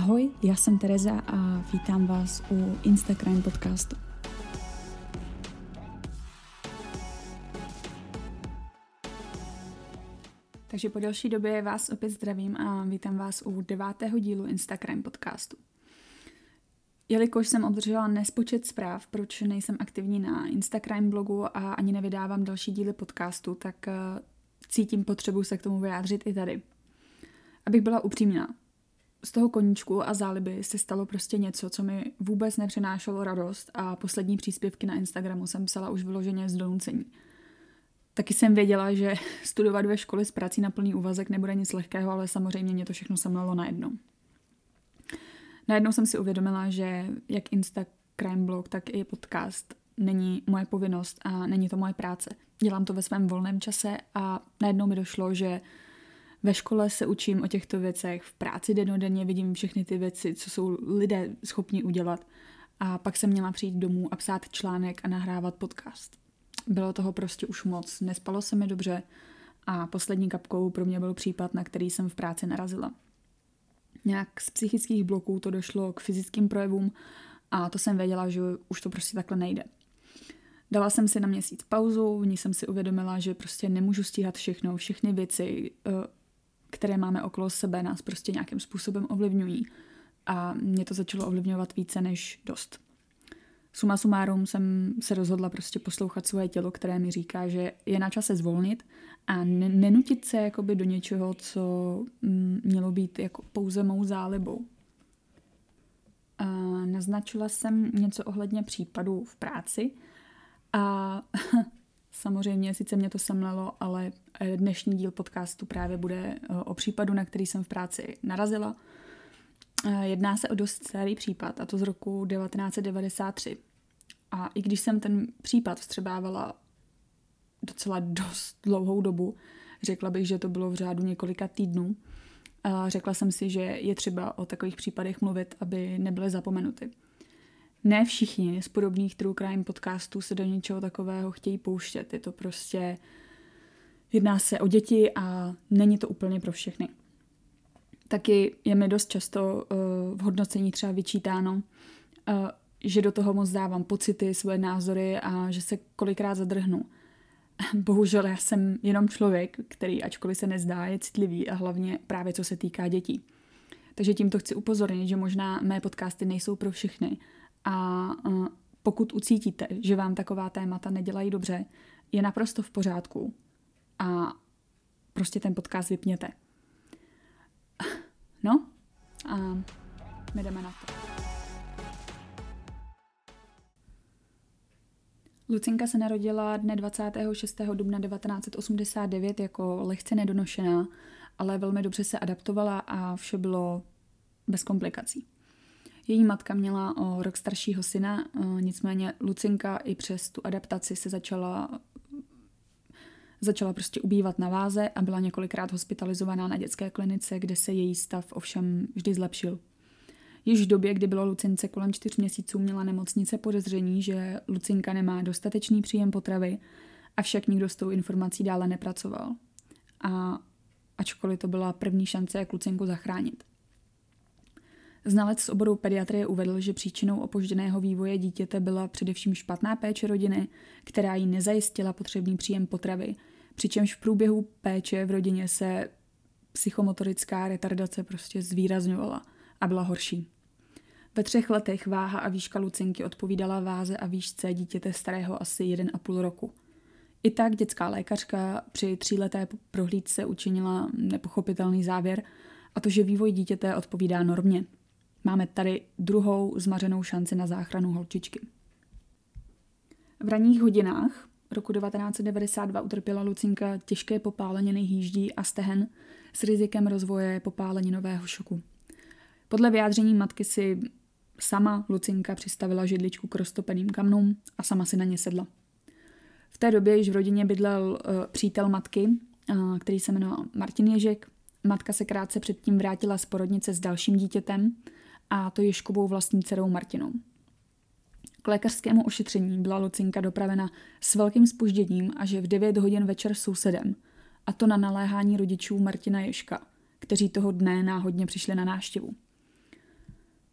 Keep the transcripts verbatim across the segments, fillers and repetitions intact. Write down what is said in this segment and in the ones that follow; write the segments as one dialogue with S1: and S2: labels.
S1: Ahoj, já jsem Tereza a vítám vás u Instagram podcastu. Takže po delší době vás opět zdravím a vítám vás u devátého dílu Instagram podcastu. Jelikož jsem obdržela nespočet zpráv, proč nejsem aktivní na Instagram blogu a ani nevydávám další díly podcastu, tak cítím potřebu se k tomu vyjádřit i tady. Abych byla upřímná, z toho koníčku a záliby se stalo prostě něco, co mi vůbec nepřinášelo radost a poslední příspěvky na Instagramu jsem psala už vyloženě z donucení. Taky jsem věděla, že studovat ve škole s prací na plný úvazek nebude nic lehkého, ale samozřejmě mě to všechno semlelo najednou. Najednou jsem si uvědomila, že jak Instagram blog, tak i podcast není moje povinnost a není to moje práce. Dělám to ve svém volném čase a najednou mi došlo, že ve škole se učím o těchto věcech, v práci dennodenně vidím všechny ty věci, co jsou lidé schopni udělat. A pak jsem měla přijít domů a psát článek a nahrávat podcast. Bylo toho prostě už moc, nespalo se mi dobře a poslední kapkou pro mě byl případ, na který jsem v práci narazila. Nějak z psychických bloků to došlo k fyzickým projevům a to jsem věděla, že už to prostě takhle nejde. Dala jsem si na měsíc pauzu, v ní jsem si uvědomila, že prostě nemůžu stíhat všechno, všechny věci, které máme okolo sebe, nás prostě nějakým způsobem ovlivňují. A mě to začalo ovlivňovat více než dost. Suma sumárum jsem se rozhodla prostě poslouchat svoje tělo, které mi říká, že je na čase zvolnit a nenutit se jakoby do něčeho, co mělo být jako pouze mou zálibou. A naznačila jsem něco ohledně případů v práci a samozřejmě sice mě to semlelo, ale dnešní díl podcastu právě bude o případu, na který jsem v práci narazila. Jedná se o dost starý případ, a to z roku devatenáct set devadesát tři. A i když jsem ten případ vstřebávala docela dost dlouhou dobu, řekla bych, že to bylo v řádu několika týdnů, a řekla jsem si, že je třeba o takových případech mluvit, aby nebyly zapomenuty. Ne všichni z podobných true crime podcastů se do něčeho takového chtějí pouštět. Je to prostě, jedná se o děti a není to úplně pro všechny. Taky je mi dost často uh, v hodnocení třeba vyčítáno, uh, že do toho moc dávám pocity, svoje názory a že se kolikrát zadrhnu. Bohužel já jsem jenom člověk, který, ačkoliv se nezdá, je citlivý a hlavně právě co se týká dětí. Takže tímto chci upozornit, že možná mé podcasty nejsou pro všechny. A uh, pokud ucítíte, že vám taková témata nedělají dobře, je naprosto v pořádku a prostě ten podcast vypněte. No a my jdeme na to. Lucinka se narodila dne dvacátého šestého dubna devatenáct set osmdesát devět jako lehce nedonošená, ale velmi dobře se adaptovala a vše bylo bez komplikací. Její matka měla o rok staršího syna, nicméně Lucinka i přes tu adaptaci se začala, začala prostě ubývat na váze a byla několikrát hospitalizovaná na dětské klinice, kde se její stav ovšem vždy zlepšil. Již v době, kdy bylo Lucince kolem čtyř měsíců, měla nemocnice podezření, že Lucinka nemá dostatečný příjem potravy, avšak nikdo s tou informací dále nepracoval. A ačkoliv to byla první šance, jak Lucinku zachránit. Znalec z oboru pediatrie uvedl, že příčinou opožděného vývoje dítěte byla především špatná péče rodiny, která jí nezajistila potřebný příjem potravy, přičemž v průběhu péče v rodině se psychomotorická retardace prostě zvýrazňovala a byla horší. Ve třech letech váha a výška Lucinky odpovídala váze a výšce dítěte starého asi jeden a půl roku. I tak dětská lékařka při tříleté prohlídce učinila nepochopitelný závěr, a to, že vývoj dítěte odpovídá normě. Máme tady druhou zmařenou šanci na záchranu holčičky. V ranních hodinách roku devatenáct set devadesát dva utrpěla Lucinka těžké popáleniny hýždí a stehen s rizikem rozvoje popáleninového šoku. Podle vyjádření matky si sama Lucinka přistavila židličku k roztopeným kamnům a sama si na ně sedla. V té době již v rodině bydlel uh, přítel matky, uh, který se jmenoval Martin Ježek. Matka se krátce předtím vrátila z porodnice s dalším dítětem, a to Ježkovou vlastní dcerou Martinou. K lékařskému ošetření byla Lucinka dopravena s velkým zpožděním až v devět hodin večer sousedem, a to na naléhání rodičů Martina Ježka, kteří toho dne náhodně přišli na návštěvu.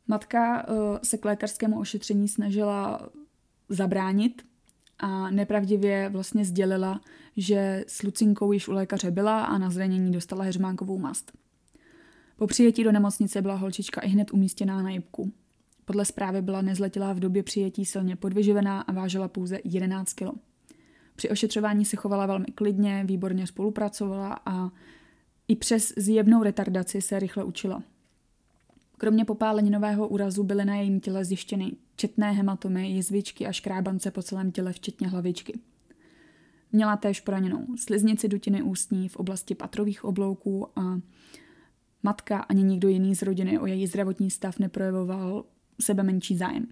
S1: Matka se k lékařskému ošetření snažila zabránit a nepravdivě vlastně sdělila, že s Lucinkou již u lékaře byla a na zranění dostala heřmánkovou mast. Po přijetí do nemocnice byla holčička ihned umístěná na jipku. Podle zprávy byla nezletilá v době přijetí silně podvyživená a vážila pouze jedenáct kilo. Při ošetřování se chovala velmi klidně, výborně spolupracovala a i přes zjevnou retardaci se rychle učila. Kromě popáleninového úrazu byly na jejím těle zjištěny četné hematomy, jizvičky a škrábance po celém těle, včetně hlavičky. Měla též poraněnou sliznici dutiny ústní v oblasti patrových oblouků a matka ani nikdo jiný z rodiny o její zdravotní stav neprojevoval sebe menší zájem.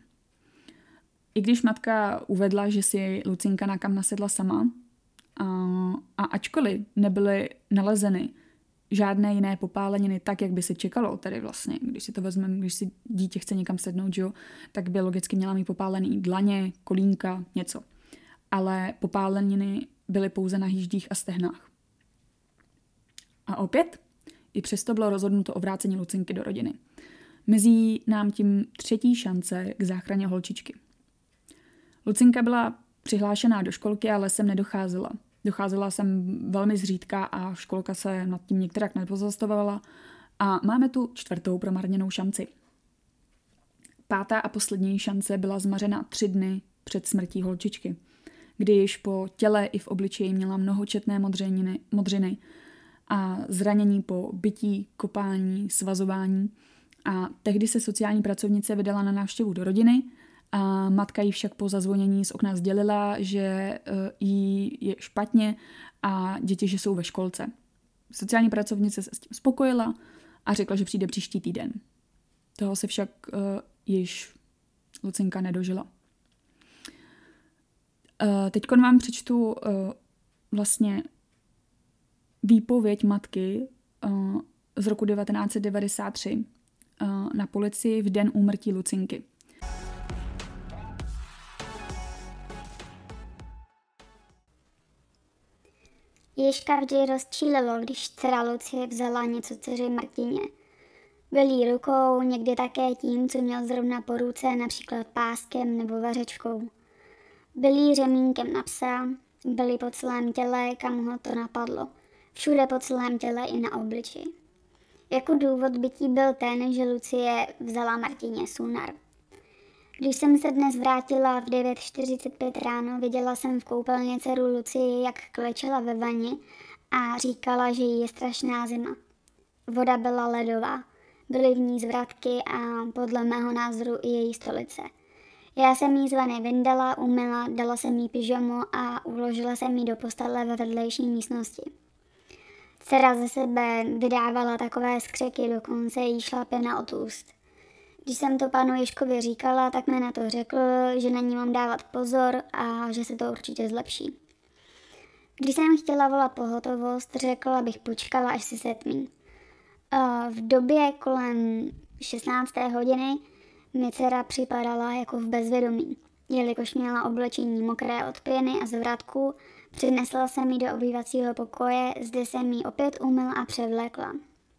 S1: I když matka uvedla, že si Lucinka na kam nasedla sama a, a ačkoliv nebyly nalezeny žádné jiné popáleniny tak, jak by se čekalo, tedy vlastně, když si to vezmeme, když si dítě chce někam sednout, jo, tak by logicky měla mít popálený dlaně, kolínka, něco. Ale popáleniny byly pouze na hýždích a stehnách. A opět, i přesto bylo rozhodnuto o vrácení Lucinky do rodiny. Mizí nám tím třetí šance k záchraně holčičky. Lucinka byla přihlášená do školky, ale sem nedocházela. Docházela jsem velmi zřídka a školka se nad tím některak nepozastavovala a máme tu čtvrtou promarněnou šanci. Pátá a poslední šance byla zmařena tři dny před smrtí holčičky, kdy již po těle i v obličeji měla mnohočetné modřiny, modřiny a zranění po bití, kopání, svazování a tehdy se sociální pracovnice vydala na návštěvu do rodiny a matka jí však po zazvonění z okna sdělila, že jí je špatně a děti, že jsou ve školce. Sociální pracovnice se s tím spokojila a řekla, že přijde příští týden. Toho se však uh, již Lucinka nedožila. Uh, teď vám přečtu uh, vlastně výpověď matky uh, z roku devatenáct set devadesát tři uh, na policii v den úmrtí Lucinky.
S2: Ježka vždy rozčílilo, když dcera Lucie vzala něco dceři Martině. Byl jí rukou, někdy také tím, co měl zrovna po ruce, například páskem nebo vařečkou. Byl jí řemínkem na psa, byl jí po celém těle, kam ho to napadlo. Všude po celém těle i na obliči. Jako důvod bytí byl ten, že Lucie vzala Martině Sunar. Když jsem se dnes vrátila v devět čtyřicet pět ráno, viděla jsem v koupelně dceru Lucii, jak klečela ve vaně a říkala, že jí je strašná zima. Voda byla ledová, byly v ní zvratky a podle mého názoru i její stolice. Já jsem jí z vany vyndala, umyla, dala jsem jí pyžamo a uložila jsem jí do postele ve vedlejší místnosti. Dcera ze sebe vydávala takové skřeky, dokonce jí šla pěna od úst. Když jsem to panu Ježkovi říkala, tak mi na to řekl, že na ní mám dávat pozor a že se to určitě zlepší. Když jsem chtěla volat pohotovost, řekla, abych počkala, až si setmí. V době kolem šestnácté hodiny mi dcera připadala jako v bezvědomí. Jelikož měla oblečení mokré od pěny a zvratku, přinesla jsem ji do obývacího pokoje, zde jsem ji opět umyla a převlékla.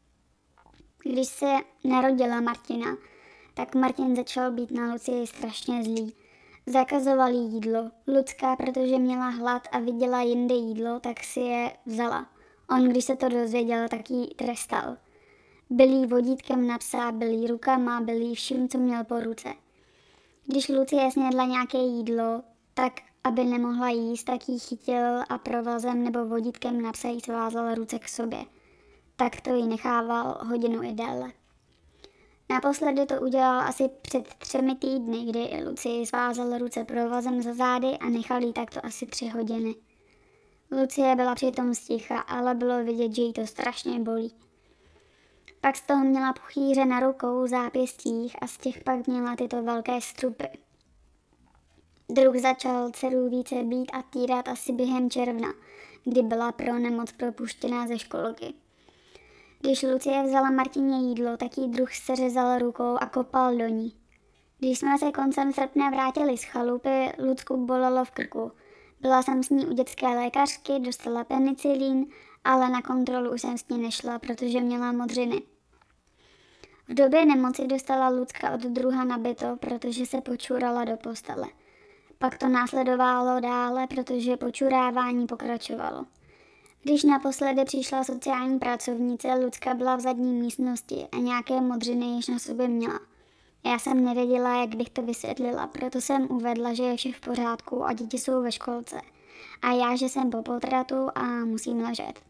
S2: Když se narodila Martina, tak Martin začal být na Lucii strašně zlý. Zakazoval jí jídlo. Lucka, protože měla hlad a viděla jinde jídlo, tak si je vzala. On, když se to dozvěděl, tak jí trestal. Byl jí vodítkem na psa, byl jí rukama, byl jí vším, co měl po ruce. Když Lucie snědla nějaké jídlo, tak aby nemohla jíst, tak jí chytil a provazem nebo vodítkem na psa jí svázal ruce k sobě. Tak to jí nechával hodinu i déle. Naposledy to udělal asi před třemi týdny, kdy Lucii svázal ruce provazem za zády a nechal jí takto asi tři hodiny. Lucie byla přitom sticha, ale bylo vidět, že jí to strašně bolí. Pak z toho měla puchýře na rukou, zápěstích a z těch pak měla tyto velké strupy. Druh začal dceru více být a týrat asi během června, kdy byla pro nemoc propuštěná ze školky. Když Lucie vzala Martině jídlo, tak jí druh seřezal rukou a kopal do ní. Když jsme se koncem srpna vrátili z chalupy, Lucku bolelo v krku. Byla jsem s ní u dětské lékařky, dostala penicilín, ale na kontrolu už jsem s ní nešla, protože měla modřiny. V době nemoci dostala Lucka od druha nabito, protože se počurala do postele. Pak to následovalo dále, protože počurávání pokračovalo. Když naposledy přišla sociální pracovnice, Lucka byla v zadní místnosti a nějaké modřiny již na sobě měla. Já jsem nevěděla, jak bych to vysvětlila, proto jsem uvedla, že je vše v pořádku a děti jsou ve školce. A já, že jsem po potratu a musím ležet.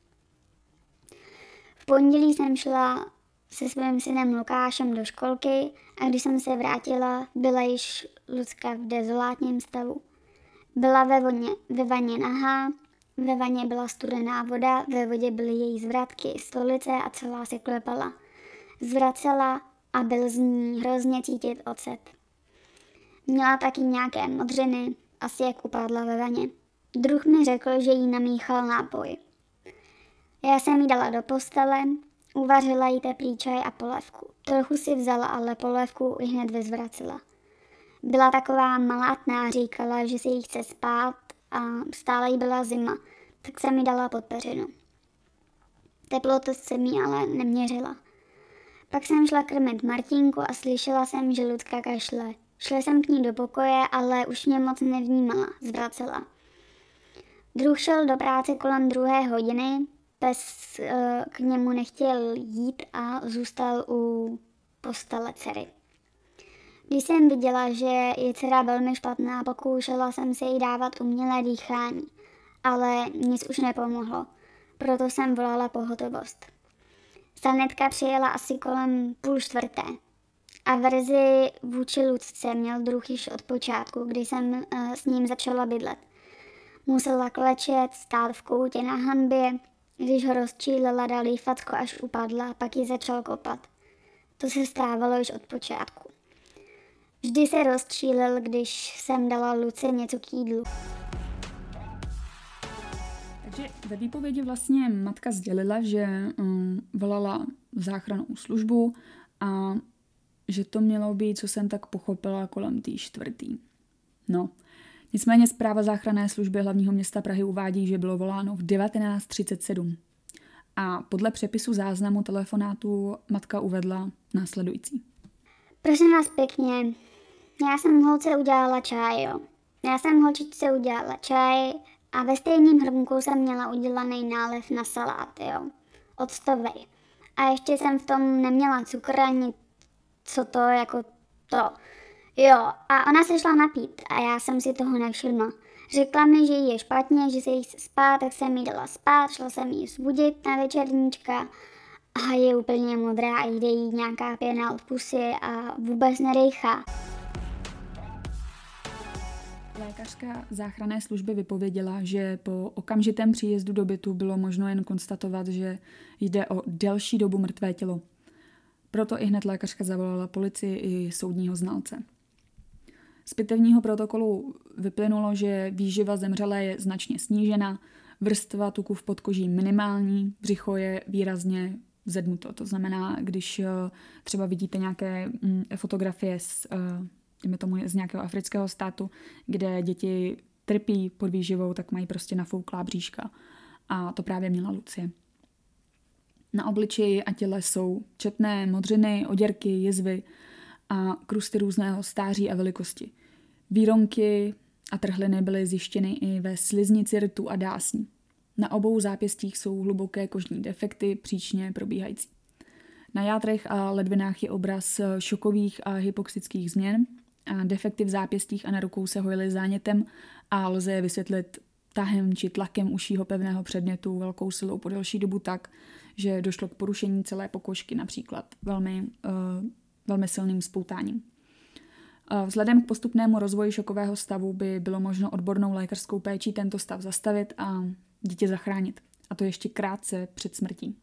S2: V pondělí jsem šla se svým synem Lukášem do školky a když jsem se vrátila, byla již Lucka v dezolátním stavu. Byla ve, voně, ve vaně nahá, ve vaně byla studená voda, ve vodě byly její zvratky, stolice a celá se klepala. Zvracela a byl z ní hrozně cítit ocet. Měla taky nějaké modřiny, asi jak upadla ve vaně. Druh mi řekl, že jí namíchal nápoj. Já jsem jí dala do postele, uvařila jí teplý čaj a polévku. Trochu si vzala, ale polévku i hned vyzvracela. Byla taková malátná, říkala, že se jí chce spát a stále jí byla zima, tak jsem jí dala pod peřinu. Teplotu jsem jí ale neměřila. Pak jsem šla krmit Martínku a slyšela jsem, že Lucka kašle. Šla jsem k ní do pokoje, ale už mě moc nevnímala, zvracela. Druh šel do práce kolem druhé hodiny, pes e, k němu nechtěl jít a zůstal u postele dcery. Když jsem viděla, že je dcera velmi špatná, pokoušela jsem se jí dávat umělé dýchání, ale nic už nepomohlo, proto jsem volala pohotovost. Sanitka přijela asi kolem půl čtvrté. A verzi vůči Lucce měl druh již od počátku, kdy jsem uh, s ním začala bydlet. Musela klečet, stát v koutě na hanbě, když ho rozčílila, dal jí facko, až upadla, pak ji začal kopat. To se stávalo již od počátku. Vždy se rozčílil, když jsem dala Luce něco k jídlu.
S1: Takže ve výpovědi vlastně matka sdělila, že um, volala záchrannou službu a že to mělo být, co jsem tak pochopila, kolem tý čtvrtý. No, nicméně zpráva záchranné služby hlavního města Prahy uvádí, že bylo voláno v devatenáct třicet sedm. A podle přepisu záznamu telefonátu matka uvedla následující.
S2: Prosím vás pěkně, já jsem holce udělala čaj, jo. Já jsem holčičce udělala čaj a ve stejným hrnku jsem měla udělaný nálev na salát, jo. Octovej. A ještě jsem v tom neměla cukr ani co to, jako to. Jo, a ona se šla napít a já jsem si toho nevšimla. Řekla mi, že jí je špatně, že se jí chce spát, tak jsem jí dala spát, šla jsem jí vzbudit na večerníčka a je úplně modrá a jde jí nějaká pěna od pusy a vůbec nedejchá.
S1: Lékařka záchranné služby vypověděla, že po okamžitém příjezdu do bytu bylo možno jen konstatovat, že jde o delší dobu mrtvé tělo. Proto i hned lékařka zavolala policii i soudního znalce. Z pitevního protokolu vyplynulo, že výživa zemřelé je značně snížena, vrstva tuku v podkoží minimální, břicho je výrazně vzedmuto. To znamená, když třeba vidíte nějaké fotografie z, tomu, z nějakého afrického státu, kde děti trpí pod výživou, tak mají prostě nafouklá bříška. A to právě měla Lucie. Na obličeji a těle jsou četné modřiny, oděrky, jizvy a krusty různého stáří a velikosti. Výronky a trhliny byly zjištěny i ve sliznici rtu a dásní. Na obou zápěstích jsou hluboké kožní defekty příčně probíhající. Na játrech a ledvinách je obraz šokových a hypoxických změn a defekty v zápěstích a na rukou se hojily zánětem a lze je vysvětlit tahem či tlakem užšího pevného předmětu velkou silou po delší dobu tak, že došlo k porušení celé pokožky, například velmi, uh, velmi silným spoutáním. Uh, vzhledem k postupnému rozvoji šokového stavu by bylo možno odbornou lékařskou péčí tento stav zastavit a dítě zachránit. A to ještě krátce před smrtí.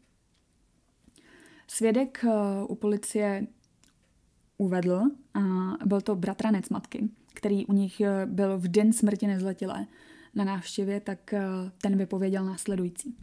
S1: Svědek uh, u policie uvedl, a byl to bratranec matky, který u nich byl v den smrti nezletilé na návštěvě, tak uh, ten vypověděl následující.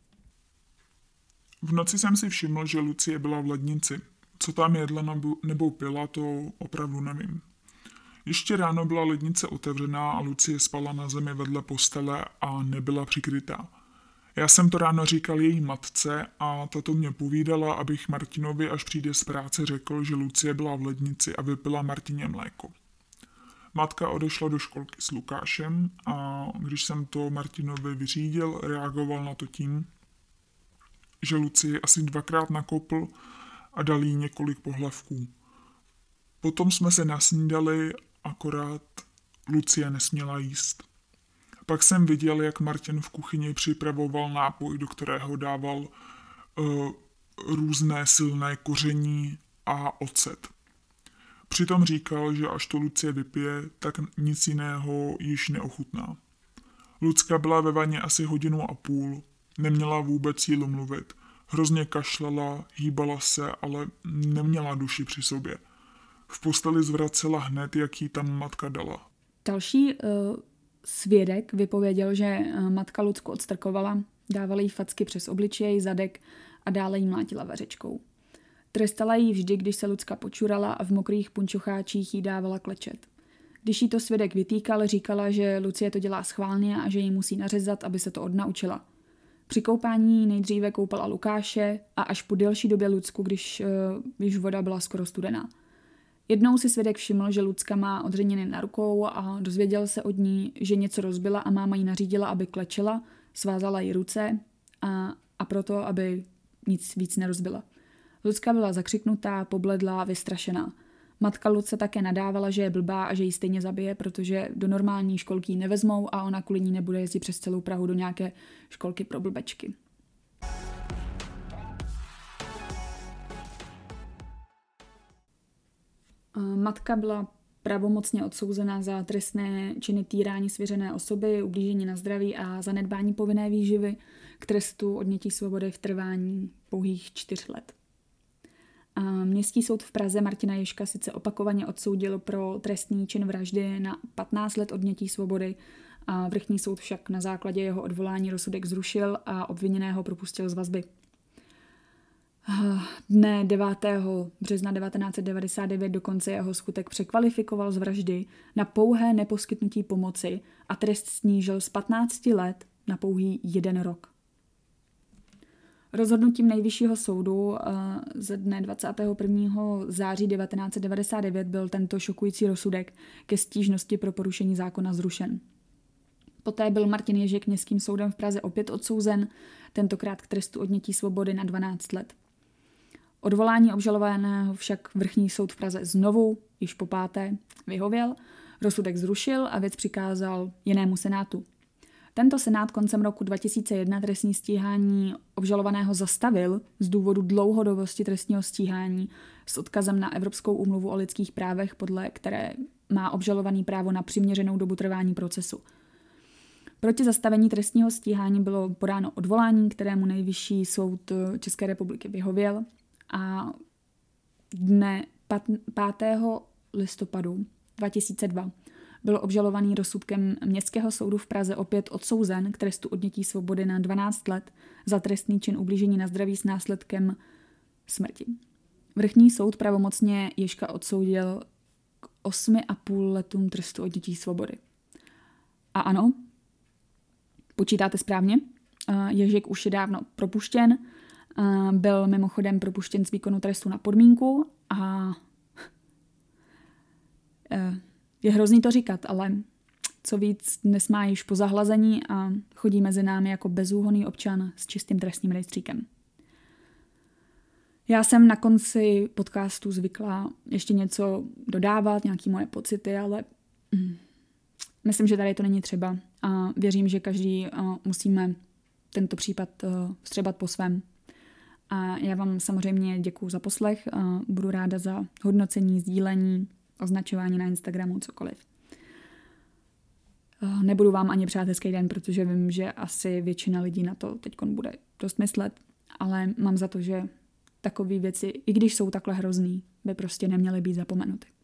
S3: V noci jsem si všiml, že Lucie byla v lednici. Co tam jedla nebo pila, to opravdu nevím. Ještě ráno byla lednice otevřená a Lucie spala na zemi vedle postele a nebyla přikrytá. Já jsem to ráno říkal její matce a tato mě povídala, abych Martinovi, až přijde z práce, řekl, že Lucie byla v lednici a vypila Martině mléko. Matka odešla do školky s Lukášem a když jsem to Martinovi vyřídil, reagoval na to tím, že Lucii asi dvakrát nakopl a dal jí několik pohlavků. Potom jsme se nasnídali, akorát Lucie nesměla jíst. Pak jsem viděl, jak Martin v kuchyni připravoval nápoj, do kterého dával uh, různé silné koření a ocet. Přitom říkal, že až to Lucie vypije, tak nic jiného již neochutná. Lucka byla ve vaně asi hodinu a půl, neměla vůbec sílu mluvit. Hrozně kašlala, hýbala se, ale neměla duši při sobě. V posteli zvracela hned, jak jí tam matka dala.
S1: Další uh, svědek vypověděl, že uh, matka Lucku odstrkovala, dávala jí facky přes obličej, zadek a dále jí mlátila vařečkou. Trestala jí vždy, když se Lucka počurala a v mokrých punčocháčích jí dávala klečet. Když jí to svědek vytýkal, říkala, že Lucie to dělá schválně a že jí musí nařezat, aby se to odnaučila. Při koupání nejdříve koupala Lukáše a až po delší době Lucku, když, když voda byla skoro studená. Jednou si svědek všiml, že Lucka má odřeniny na rukou a dozvěděl se od ní, že něco rozbila a máma jí nařídila, aby klečela, svázala jí ruce a, a proto, aby nic víc nerozbila. Lucka byla zakřiknutá, pobledlá, vystrašená. Matka Luce také nadávala, že je blbá a že ji stejně zabije, protože do normální školky ji nevezmou a ona kvůli ní nebude jezdit přes celou Prahu do nějaké školky pro blbečky. Matka byla pravomocně odsouzená za trestné činy týrání svěřené osoby, ublížení na zdraví a zanedbání povinné výživy k trestu odnětí svobody v trvání pouhých čtyř let. A Městský soud v Praze Martina Ježka sice opakovaně odsoudil pro trestný čin vraždy na patnáct let odnětí svobody, a vrchní soud však na základě jeho odvolání rozsudek zrušil a obviněného propustil z vazby. Dne devátého března devatenáct set devadesát devět dokonce jeho skutek překvalifikoval z vraždy na pouhé neposkytnutí pomoci a trest snížil z patnácti let na pouhý jeden rok. Rozhodnutím Nejvyššího soudu ze dne dvacátého prvního září devatenáct set devadesát devět byl tento šokující rozsudek ke stížnosti pro porušení zákona zrušen. Poté byl Martin Ježek Městským soudem v Praze opět odsouzen, tentokrát k trestu odnětí svobody na dvanáct let. Odvolání obžalovaného však vrchní soud v Praze znovu, již po páté, vyhověl, rozsudek zrušil a věc přikázal jinému senátu. Tento senát koncem roku dva tisíce jedna trestní stíhání obžalovaného zastavil z důvodu dlouhodobosti trestního stíhání s odkazem na Evropskou úmluvu o lidských právech, podle které má obžalovaný právo na přiměřenou dobu trvání procesu. Proti zastavení trestního stíhání bylo podáno odvolání, kterému Nejvyšší soud České republiky vyhověl, a dne pátého listopadu dva tisíce dva byl obžalovaný rozsudkem Městského soudu v Praze opět odsouzen k trestu odnětí svobody na dvanáct let za trestný čin ublížení na zdraví s následkem smrti. Vrchní soud pravomocně Ježka odsoudil k osmi a půl letům trestu odnětí svobody. A ano, počítáte správně, Ježek už je dávno propuštěn, byl mimochodem propuštěn z výkonu trestu na podmínku a je hrozný to říkat, ale co víc, dnes má již po zahlazení a chodí mezi námi jako bezúhonný občan s čistým trestním rejstříkem. Já jsem na konci podcastu zvykla ještě něco dodávat, nějaké moje pocity, ale myslím, že tady to není třeba a věřím, že každý musíme tento případ vstřebat po svém. A já vám samozřejmě děkuju za poslech, a budu ráda za hodnocení, sdílení, označování na Instagramu, cokoliv. Nebudu vám ani přát hezký den, protože vím, že asi většina lidí na to teď bude dost myslet, ale mám za to, že takové věci, i když jsou takhle hrozný, by prostě neměly být zapomenuty.